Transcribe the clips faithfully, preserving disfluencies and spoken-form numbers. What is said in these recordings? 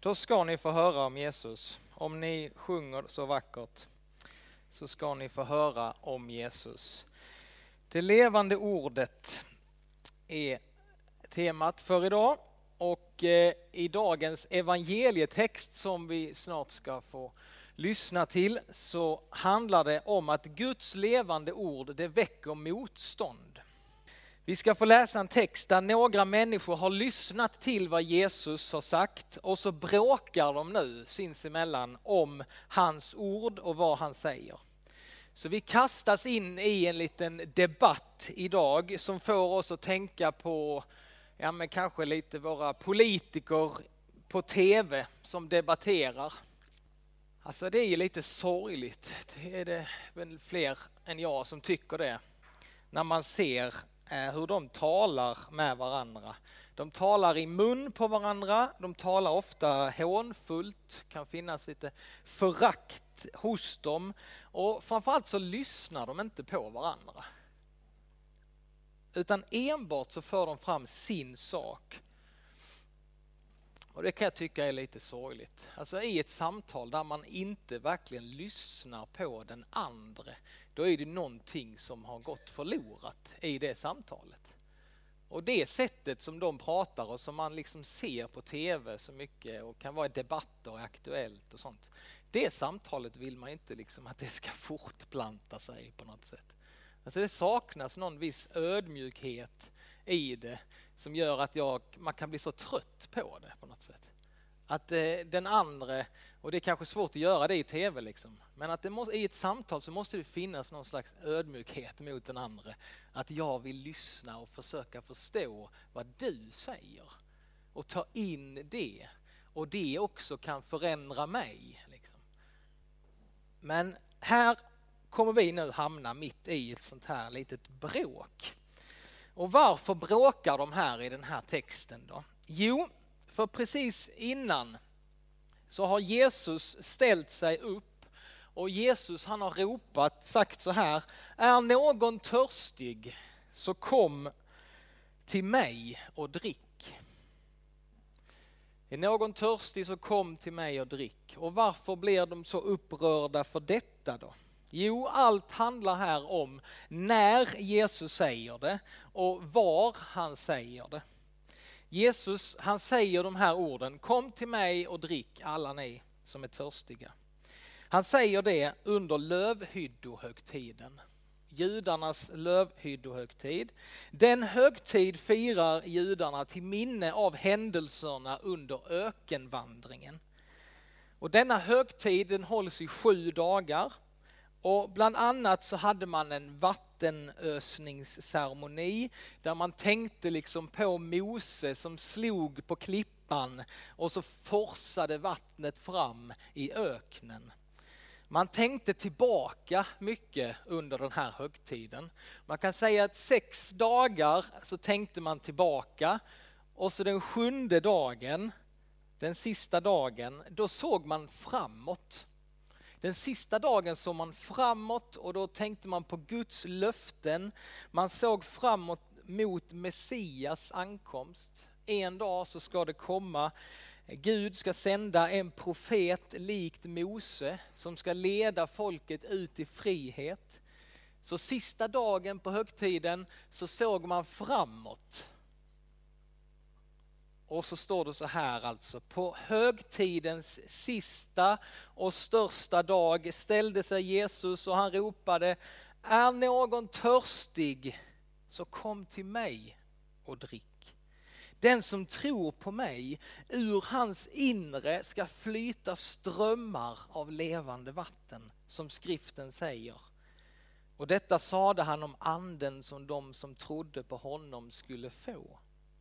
Då ska ni få höra om Jesus. Om ni sjunger så vackert så ska ni få höra om Jesus. Det levande ordet är temat för idag. Och eh, i dagens evangelietext som vi snart ska få lyssna till så handlar det om att Guds levande ord, det väcker motstånd. Vi ska få läsa en text där några människor har lyssnat till vad Jesus har sagt och så bråkar de nu sinsemellan om hans ord och vad han säger. Så vi kastas in i en liten debatt idag som får oss att tänka på ja, men kanske lite våra politiker på tv som debatterar. Alltså det är lite sorgligt, det är det väl fler än jag som tycker det, när man ser hur de talar med varandra. De talar i mun på varandra, de talar ofta hånfullt, kan finnas lite förakt hos dem och framförallt så lyssnar de inte på varandra. Utan enbart så för de fram sin sak. Och det kan jag tycka är lite sorgligt. Alltså i ett samtal där man inte verkligen lyssnar på den andra, då är det någonting som har gått förlorat i det samtalet. Och det sättet som de pratar och som man liksom ser på tv så mycket och kan vara i debatter och aktuellt och sånt. Det samtalet vill man inte liksom att det ska fortplanta sig på något sätt. Alltså det saknas någon viss ödmjukhet i det som gör att jag, man kan bli så trött på det på något sätt. Att eh, den andra, och det är kanske svårt att göra det i tv liksom, men att det måste, i ett samtal så måste det finnas någon slags ödmjukhet mot den andra. Att jag vill lyssna och försöka förstå vad du säger och ta in det. Och det också kan förändra mig. Liksom. Men här kommer vi nu hamna mitt i ett sånt här litet bråk. Och varför bråkar de här i den här texten då? Jo, för precis innan så har Jesus ställt sig upp och Jesus han har ropat, sagt så här: är någon törstig så kom till mig och drick. Är någon törstig så kom till mig och drick. Och varför blir de så upprörda för detta då? Jo, allt handlar här om när Jesus säger det och var han säger det. Jesus, han säger de här orden: kom till mig och drick alla ni som är törstiga. Han säger det under lövhyddohögtiden. Judarnas lövhyddohögtid. Den högtid firar judarna till minne av händelserna under ökenvandringen. Och denna högtid den hålls i sju dagar. Och bland annat så hade man en vattenösningsceremoni där man tänkte liksom på Mose som slog på klippan och så forsade vattnet fram i öknen. Man tänkte tillbaka mycket under den här högtiden. Man kan säga att sex dagar så tänkte man tillbaka och så den sjunde dagen, den sista dagen, då såg man framåt. Den sista dagen såg man framåt och då tänkte man på Guds löften. Man såg framåt mot Messias ankomst. En dag så ska det komma, Gud ska sända en profet likt Mose som ska leda folket ut i frihet. Så sista dagen på högtiden så såg man framåt. Och så står det så här alltså: på högtidens sista och största dag ställde sig Jesus och han ropade: är någon törstig så kom till mig och drick. Den som tror på mig, ur hans inre ska flyta strömmar av levande vatten, som skriften säger. Och detta sade han om anden som de som trodde på honom skulle få.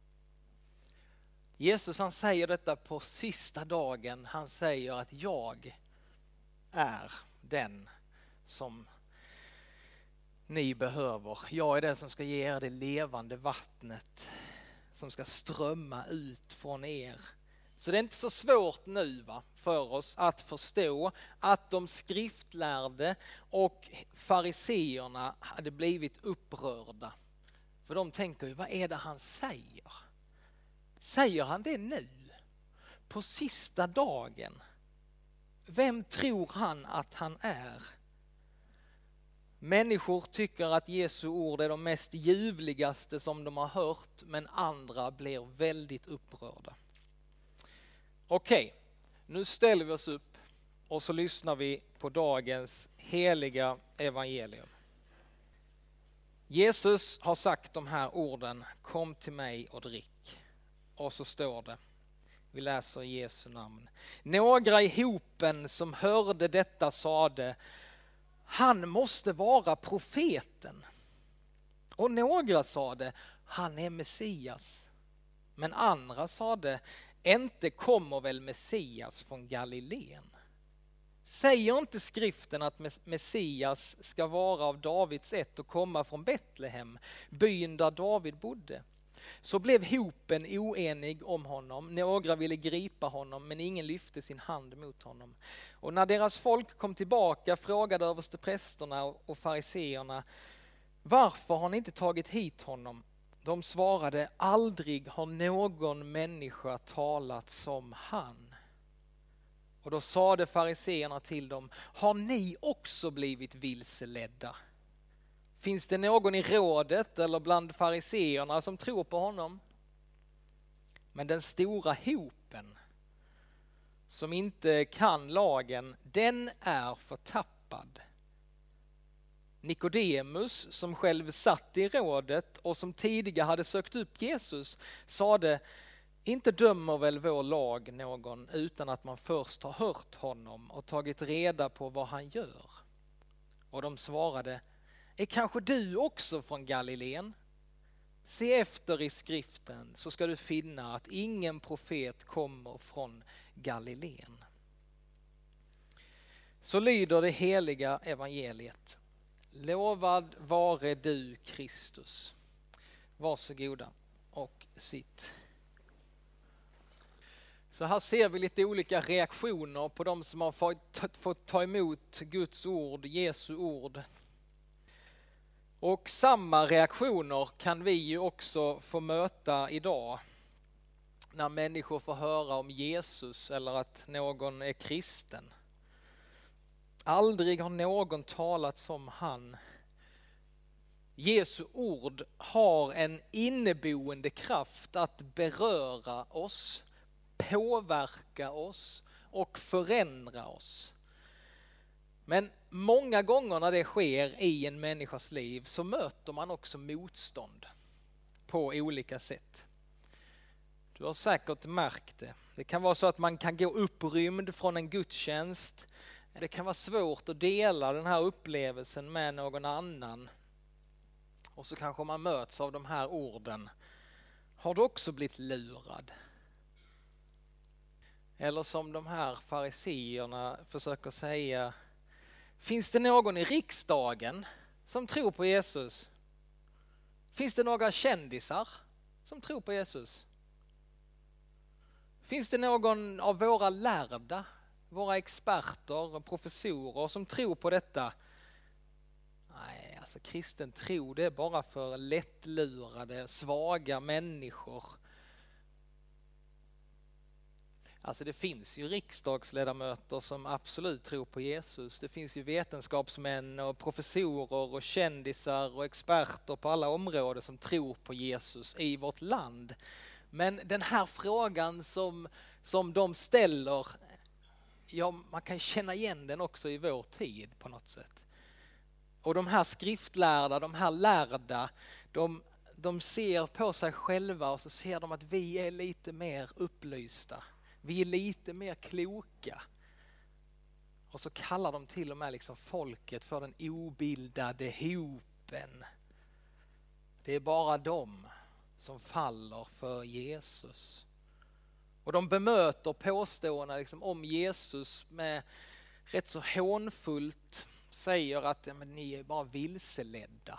Jesus han säger detta på sista dagen. Han säger att jag är den som ni behöver. Jag är den som ska ge er det levande vattnet som ska strömma ut från er. Så det är inte så svårt nu va, för oss att förstå att de skriftlärde och fariseerna hade blivit upprörda. För de tänker ju, vad är det han säger? Säger han det nu? på sista dagen. Vem tror han att han är? Människor tycker att Jesu ord är de mest ljuvligaste som de har hört, men andra blir väldigt upprörda. Okej, nu ställer vi oss upp och så lyssnar vi på dagens heliga evangelium. Jesus har sagt de här orden: kom till mig och drick. Och så står det, vi läser i Jesu namn. Några i hopen som hörde detta sade: han måste vara profeten. Och några sade: han är Messias. Men andra sade: inte kommer väl Messias från Galileen? Säger inte skriften att Messias ska vara av Davids ett och komma från Betlehem, byn där David bodde? Så blev hopen oenig om honom. Några ville gripa honom, men ingen lyfte sin hand mot honom. Och när deras folk kom tillbaka frågade översteprästerna och fariseerna: varför har ni inte tagit hit honom? De svarade: aldrig har någon människa talat som han. Och då sade fariseerna till dem: har ni också blivit vilseledda? Finns det någon i rådet eller bland fariseerna som tror på honom? Men den stora hopen som inte kan lagen, den är förtappad. Nikodemus, som själv satt i rådet och som tidigare hade sökt upp Jesus, sade: inte dömer väl vår lag någon utan att man först har hört honom och tagit reda på vad han gör? Och de svarade: är kanske du också från Galileen? Se efter i skriften så ska du finna att ingen profet kommer från Galileen. Så lyder det heliga evangeliet. Lovad vare du, Kristus. Varsågoda och sitt. Så här ser vi lite olika reaktioner på de som har fått ta emot Guds ord, Jesu ord. Och samma reaktioner kan vi ju också få möta idag när människor får höra om Jesus eller att någon är kristen. Aldrig har någon talat som han. Jesu ord har en inneboende kraft att beröra oss, påverka oss och förändra oss. Men många gånger när det sker i en människas liv så möter man också motstånd på olika sätt. Du har säkert märkt det. Det kan vara så att man kan gå upprymd från en gudstjänst. Det kan vara svårt att dela den här upplevelsen med någon annan. Och så kanske man möts av de här orden: har du också blivit lurad? Eller som de här fariseerna försöker säga: finns det någon i riksdagen som tror på Jesus? Finns det några kändisar som tror på Jesus? Finns det någon av våra lärda, våra experter och professorer som tror på detta? Nej, alltså kristen tro, det är bara för lättlurade, svaga människor. Alltså det finns ju riksdagsledamöter som absolut tror på Jesus. Det finns ju vetenskapsmän och professorer och kändisar och experter på alla områden som tror på Jesus i vårt land. Men den här frågan som, som de ställer, ja, man kan känna igen den också i vår tid på något sätt. Och de här skriftlärda, de här lärda, de, de ser på sig själva och så ser de att vi är lite mer upplysta. Vi är lite mer kloka. Och så kallar de till och med liksom folket för den obildade hopen. Det är bara de som faller för Jesus. Och de bemöter påståendena liksom om Jesus med rätt så hånfullt, säger att ja, men ni är bara vilseledda.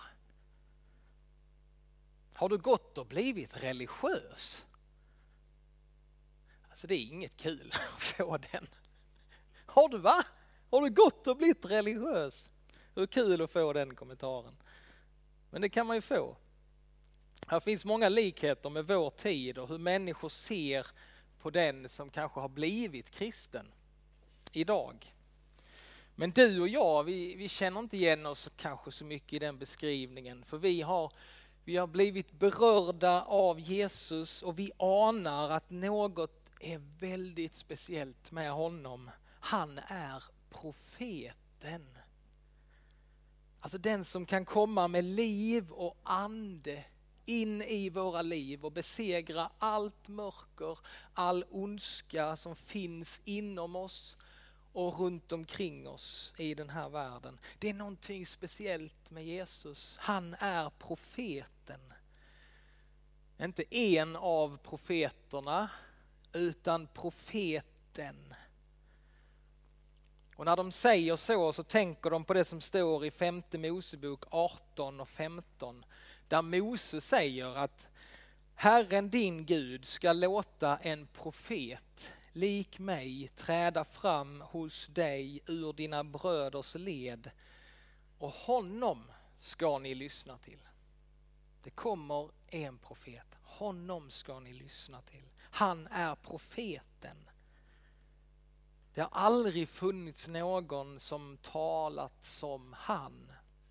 Har du gått och blivit religiös? Alltså det är inget kul att få den. Har du va? Har du gått och blivit religiös? Hur kul att få den kommentaren. Men det kan man ju få. Här finns många likheter med vår tid och hur människor ser på den som kanske har blivit kristen idag. Men du och jag, vi, vi känner inte igen oss kanske så mycket i den beskrivningen. För vi har, vi har blivit berörda av Jesus och vi anar att något är väldigt speciellt med honom. Han är profeten. Alltså den som kan komma med liv och ande in i våra liv och besegra allt mörker, all ondska som finns inom oss och runt omkring oss i den här världen. Det är någonting speciellt med Jesus. Han är profeten. Inte en av profeterna, utan profeten. Och när de säger så så tänker de på det som står i femte Mosebok arton och femton. Där Mose säger att Herren din Gud ska låta en profet lik mig träda fram hos dig ur dina bröders led och honom ska ni lyssna till. Det kommer en profet, honom ska ni lyssna till. Han är profeten. Det har aldrig funnits någon som talat som han.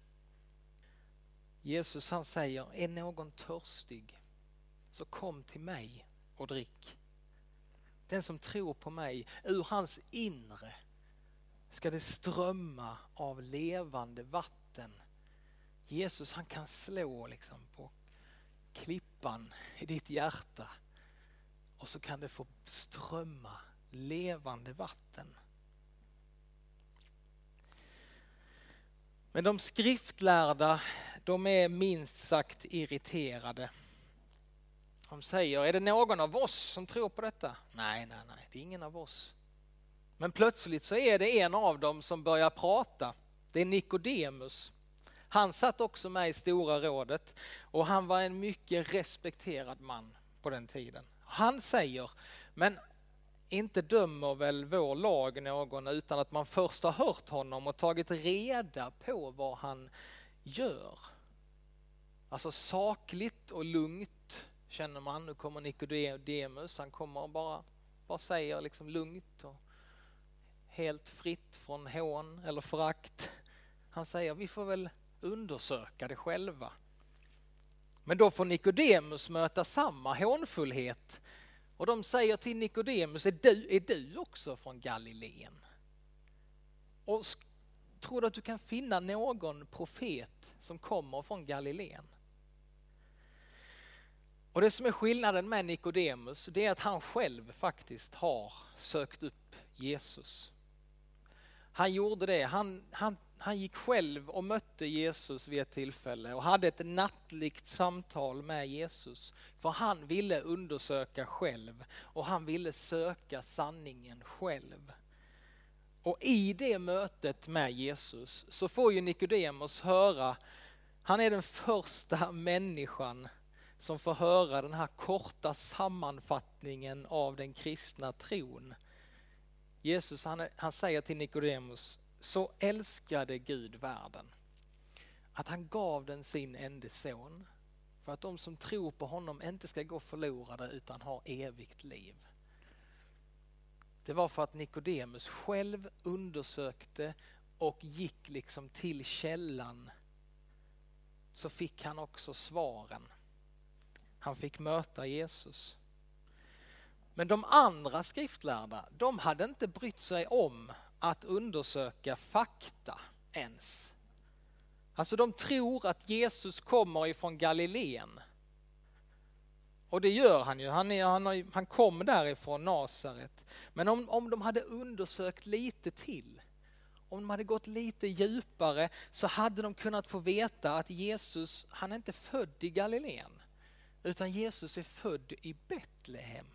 Jesus han säger, är någon törstig så kom till mig och drick. Den som tror på mig, ur hans inre ska det strömma av levande vatten. Jesus han kan slå liksom på klippan i ditt hjärta och så kan det få strömma levande vatten. Men de skriftlärda, de är minst sagt irriterade. De säger, är det någon av oss som tror på detta? Nej, nej, nej, det är ingen av oss. Men plötsligt så är det en av dem som börjar prata. Det är Nikodemus. Han satt också med i Stora rådet och han var en mycket respekterad man på den tiden. Han säger, men inte dömer väl vår lag någon utan att man först har hört honom och tagit reda på vad han gör. Alltså sakligt och lugnt känner man. Nu kommer Nikodemus, han kommer bara, bara säger liksom lugnt och helt fritt från hån eller förakt. Han säger, vi får väl undersöka det själva. Men då får Nikodemus möta samma hånfullhet. Och de säger till Nikodemus, är du, är du också från Galileen? Och tror du att du kan finna någon profet som kommer från Galileen? Och det som är skillnaden med Nikodemus, det är att han själv faktiskt har sökt upp Jesus. Han gjorde det, han, han, han gick själv och mötte Jesus vid ett tillfälle och hade ett nattligt samtal med Jesus. För han ville undersöka själv och han ville söka sanningen själv. Och i det mötet med Jesus så får ju Nikodemus höra, han är den första människan som får höra den här korta sammanfattningen av den kristna tron. Jesus han, han säger till Nikodemus, så älskade Gud världen att han gav den sin enda son för att de som tror på honom inte ska gå förlorade utan ha evigt liv. Det var för att Nikodemus själv undersökte och gick liksom till källan, så fick han också svaren. Han fick möta Jesus. Men de andra skriftlärda, de hade inte brytt sig om att undersöka fakta ens. Alltså de tror att Jesus kommer ifrån Galileen. Och det gör han ju, han, är, han, har, han kom därifrån Nasaret. Men om, om de hade undersökt lite till, om de hade gått lite djupare, så hade de kunnat få veta att Jesus, han är inte född i Galileen. Utan Jesus är född i Betlehem.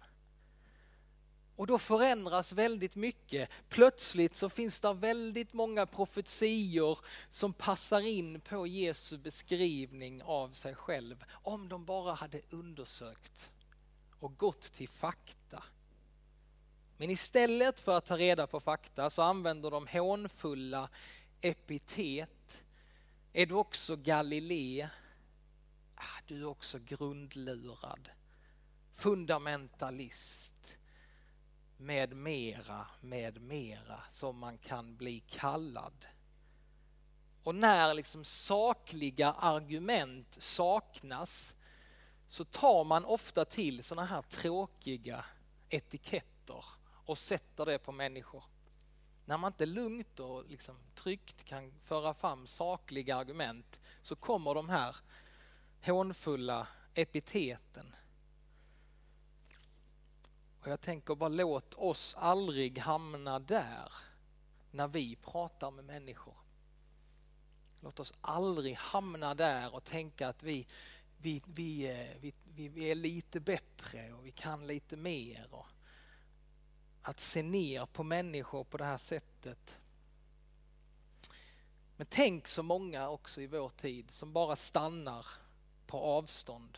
Och då förändras väldigt mycket. Plötsligt så finns det väldigt många profetior som passar in på Jesu beskrivning av sig själv. Om de bara hade undersökt och gått till fakta. Men istället för att ta reda på fakta så använder de hånfulla epitet. Är du också Galilé? Ah, du är också grundlurad. Fundamentalist. med mera, med mera som man kan bli kallad. Och när liksom sakliga argument saknas så tar man ofta till såna här tråkiga etiketter och sätter det på människor. När man inte lugnt och liksom tryggt kan föra fram sakliga argument så kommer de här hånfulla epiteten. Och jag tänker bara, låt oss aldrig hamna där när vi pratar med människor. Låt oss aldrig hamna där och tänka att vi, vi, vi, vi, vi, vi är lite bättre och vi kan lite mer. Och att se ner på människor på det här sättet. Men tänk så många också i vår tid som bara stannar på avstånd.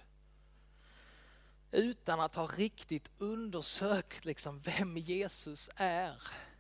Utan att ha riktigt undersökt liksom vem Jesus är.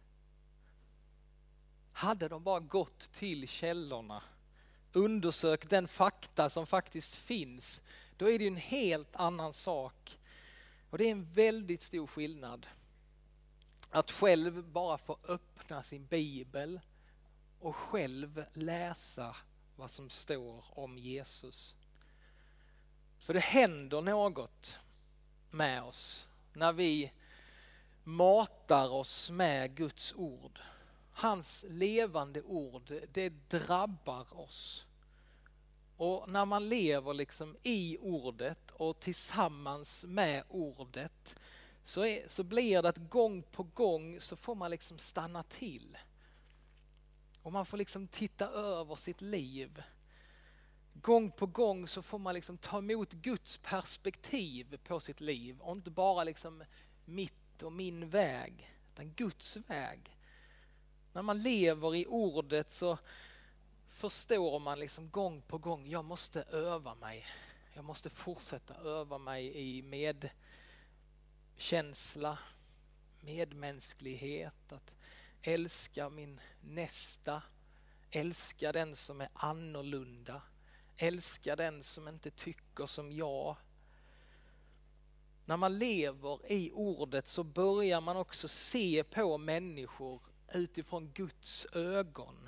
Hade de bara gått till källorna, undersökt den fakta som faktiskt finns, då är det en helt annan sak. Och det är en väldigt stor skillnad att själv bara få öppna sin bibel och själv läsa vad som står om Jesus. För det händer något med oss när vi matar oss med Guds ord. Hans levande ord, det drabbar oss. Och när man lever liksom i ordet och tillsammans med ordet så, är, så blir det att gång på gång så får man liksom stanna till. Och man får liksom titta över sitt liv. Gång på gång så får man liksom ta emot Guds perspektiv på sitt liv. Och inte bara liksom mitt och min väg, utan Guds väg. När man lever i ordet så förstår man liksom gång på gång, jag måste öva mig. Jag måste fortsätta öva mig i medkänsla, medmänsklighet, att älska min nästa, älska den som är annorlunda, älska den som inte tycker som jag. När man lever i ordet så börjar man också se på människor utifrån Guds ögon.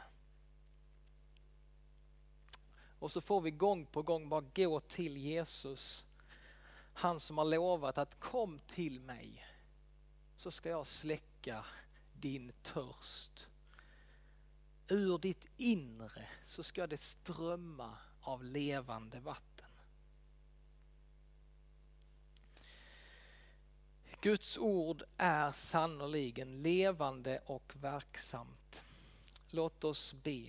Och så får vi gång på gång bara gå till Jesus. Han som har lovat att kom till mig så ska jag släcka din törst. Ur ditt inre så ska det strömma av levande vatten. Guds ord är sannoliken levande och verksamt. Låt oss be.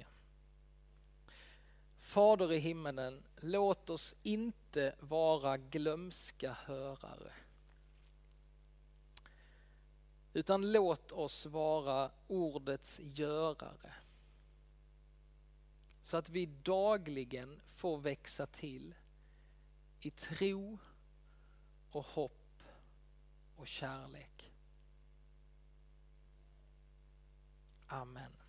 Fader i himmelen, låt oss inte vara glömska hörare. Utan låt oss vara ordets görare. Så att vi dagligen får växa till i tro och hopp och kärlek. Amen.